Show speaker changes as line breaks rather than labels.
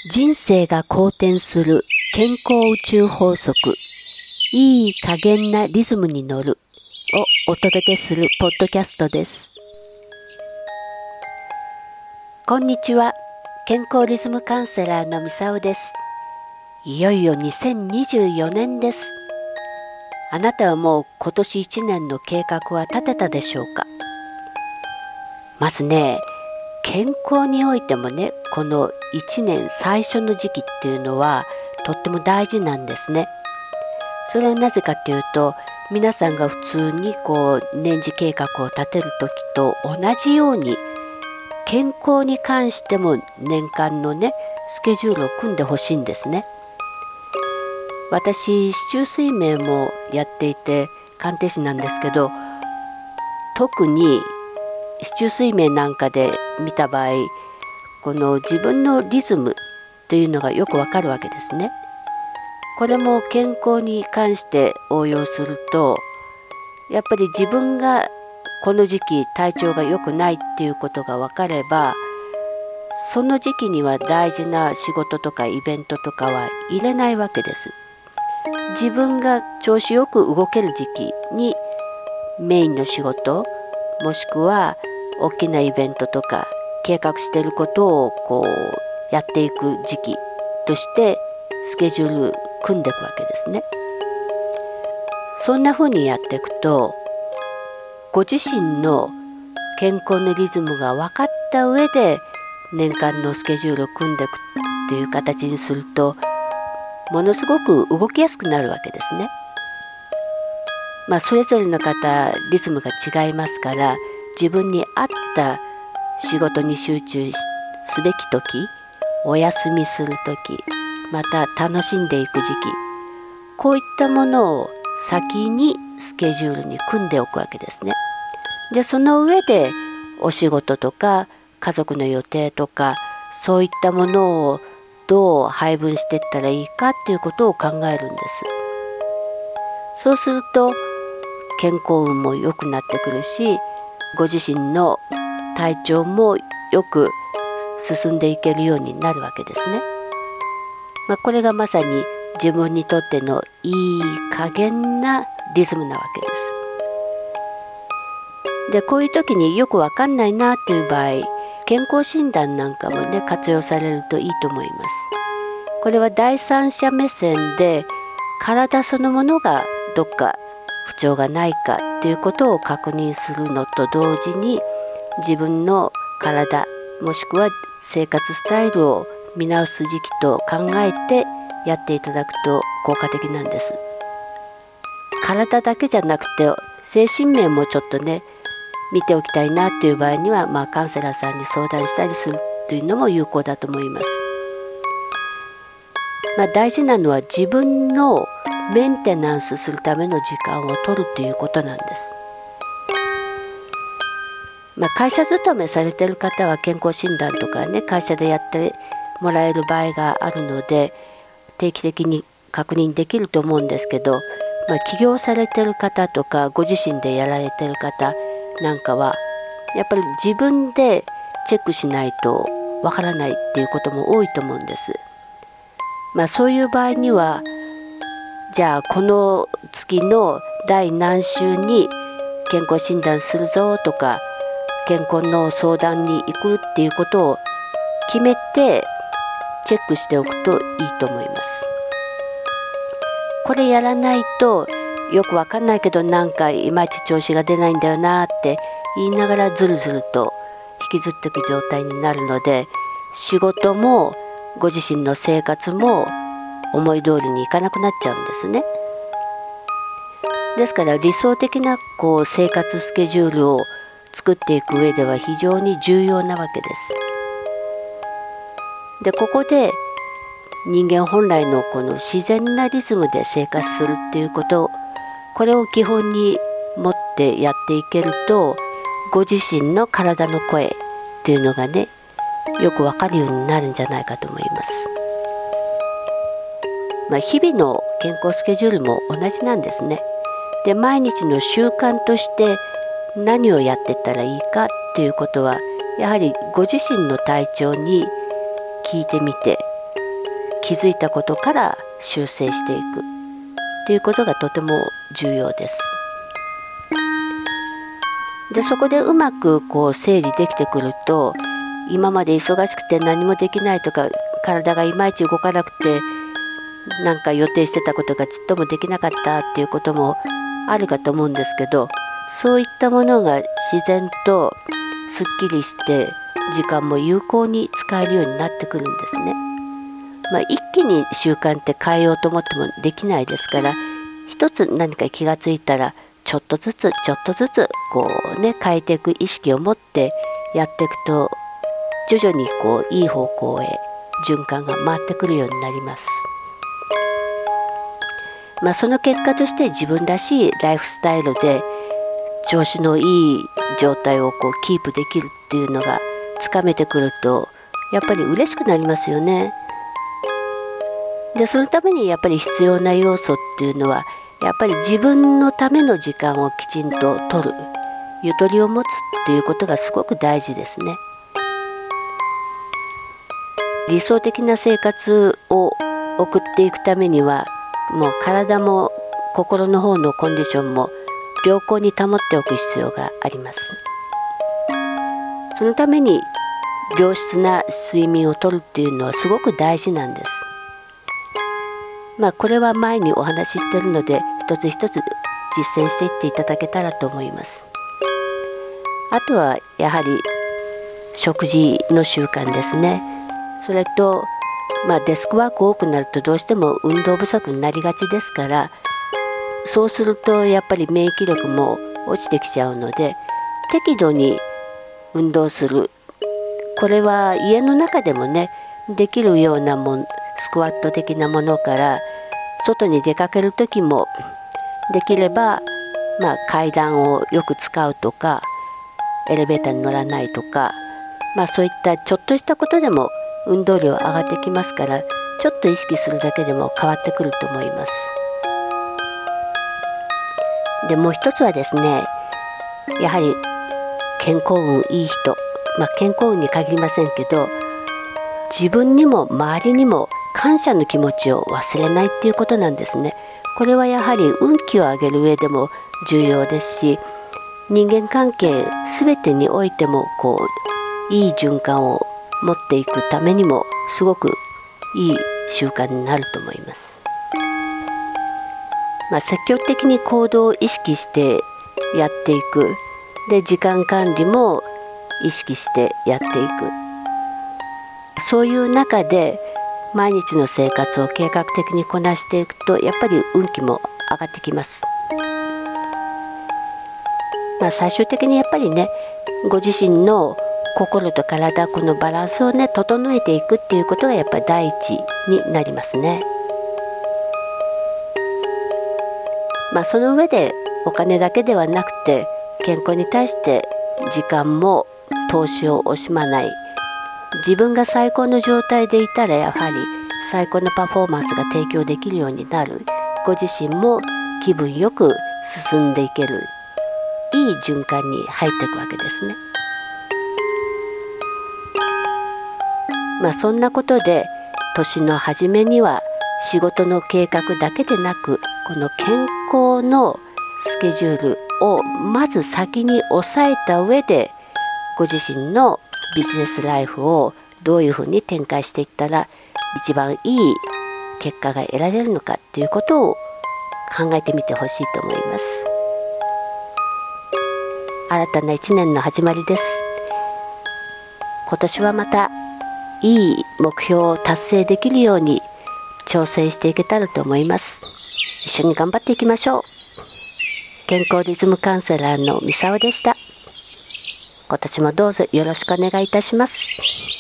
人生が好転する健康宇宙法則、いい加減なリズムに乗るをお届けするポッドキャストです。こんにちは、健康リズムカウンセラーのみさおです。いよいよ2024年です。あなたはもう今年1年の計画は立てたでしょうか。まずね、健康においてもね、この1年最初の時期っていうのはとっても大事なんですね。それはなぜかっていうと、皆さんが普通に年次計画を立てる時と同じように、健康に関しても年間のねスケジュールを組んでほしいんですね。私、市中水明もやっていて鑑定士なんですけど、特に市中水明なんかで見た場合、この自分のリズムというのがよくわかるわけですね。これも健康に関して応用すると、やっぱり自分がこの時期体調が良くないっていうことが分かれば、その時期には大事な仕事とかイベントとかは入れないわけです。自分が調子よく動ける時期にメインの仕事、もしくは大きなイベントとか計画していることをやっていく時期としてスケジュール組んでいくわけですね。そんな風にやっていくと、ご自身の健康のリズムが分かった上で年間のスケジュールを組んでいくっていう形にすると、ものすごく動きやすくなるわけですね。それぞれの方リズムが違いますから、自分に合った仕事に集中すべき時、お休みする時、また楽しんでいく時期、こういったものを先にスケジュールに組んでおくわけですね。で、その上でお仕事とか家族の予定とか、そういったものをどう配分していったらいいかっていうことを考えるんです。そうすると健康運も良くなってくるし、ご自身の体調もよく進んでいけるようになるわけですね。これがまさに自分にとってのいい加減なリズムなわけです。で、こういう時によくわかんないなっていう場合、健康診断なんかもね活用されるといいと思います。これは第三者目線で体そのものがどっか不調がないかっていうことを確認するのと同時に、自分の体もしくは生活スタイルを見直す時期と考えてやっていただくと効果的なんです。体だけじゃなくて精神面もちょっとね見ておきたいなっていう場合には、カウンセラーさんに相談したりするというのも有効だと思います。大事なのは自分のメンテナンスするための時間を取るということなんです。会社勤めされている方は健康診断とかね、会社でやってもらえる場合があるので定期的に確認できると思うんですけど、起業されている方とかご自身でやられている方なんかはやっぱり自分でチェックしないとわからないっていうことも多いと思うんです。そういう場合には、じゃあこの月の第何週に健康診断するぞとか、健康の相談に行くっていうことを決めてチェックしておくといいと思います。これやらないと、よくわかんないけどなんかいまいち調子が出ないんだよなって言いながらずるずると引きずっていく状態になるので、仕事もご自身の生活も思い通りにいかなくなっちゃうんですね。ですから理想的な生活スケジュールを作っていく上では非常に重要なわけです。で、ここで人間本来のこの自然なリズムで生活するっていうこと、これを基本に持ってやっていけると、ご自身の体の声っていうのがねよくわかるようになるんじゃないかと思います。日々の健康スケジュールも同じなんですね。で、毎日の習慣として何をやっていったらいいかっていうことは、やはりご自身の体調に聞いてみて、 気づいたことから修正していくということがとても重要です。でそこでうまく整理できてくると、今まで忙しくて何もできないとか、体がいまいち動かなくてなんか予定してたことがちっともできなかったっていうこともあるかと思うんですけど、そういったものが自然とすっきりして時間も有効に使えるようになってくるんですね。一気に習慣って変えようと思ってもできないですから、一つ何か気がついたらちょっとずつ変えていく意識を持ってやっていくと、徐々にいい方向へ循環が回ってくるようになります。その結果として自分らしいライフスタイルで調子のいい状態をキープできるっていうのがつかめてくると、やっぱり嬉しくなりますよね。でそのためにやっぱり必要な要素っていうのは、やっぱり自分のための時間をきちんと取る、ゆとりを持つっていうことがすごく大事ですね。理想的な生活を送っていくためには、もう体も心の方のコンディションも良好に保っておく必要があります。そのために良質な睡眠をとるっていうのはすごく大事なんです。これは前にお話ししているので、一つ一つ実践していっていただけたらと思います。あとはやはり食事の習慣ですね。それと、デスクワーク多くなるとどうしても運動不足になりがちですから、そうするとやっぱり免疫力も落ちてきちゃうので、適度に運動する、これは家の中でもねできるようなスクワット的なものから、外に出かける時もできれば、階段をよく使うとか、エレベーターに乗らないとか、そういったちょっとしたことでも運動量上がってきますから、ちょっと意識するだけでも変わってくると思います。でもう一つはですね、やはり健康運いい人、健康運に限りませんけど、自分にも周りにも感謝の気持ちを忘れないっていうことなんですね。これはやはり運気を上げる上でも重要ですし、人間関係すべてにおいてもいい循環を持っていくためにもすごくいい習慣になると思います。積極的に行動を意識してやっていく。で時間管理も意識してやっていく。そういう中で毎日の生活を計画的にこなしていくと、やっぱり運気も上がってきます。最終的にやっぱりね、ご自身の心と体、このバランスをね整えていくっていうことがやっぱり第一になりますね。その上でお金だけではなくて、健康に対して時間も投資を惜しまない。自分が最高の状態でいたら、やはり最高のパフォーマンスが提供できるようになる。ご自身も気分よく進んでいける、いい循環に入っていくわけですね。そんなことで年の初めには仕事の計画だけでなく、この健康のスケジュールをまず先に抑えた上で、ご自身のビジネスライフをどういうふうに展開していったら一番いい結果が得られるのかっていうことを考えてみてほしいと思います。新たな1年の始まりです。今年はまたいい目標を達成できるように挑戦していけたらと思います。一緒に頑張っていきましょう。健康リズムカウンセラーのミサオでした。今年もどうぞよろしくお願いいたします。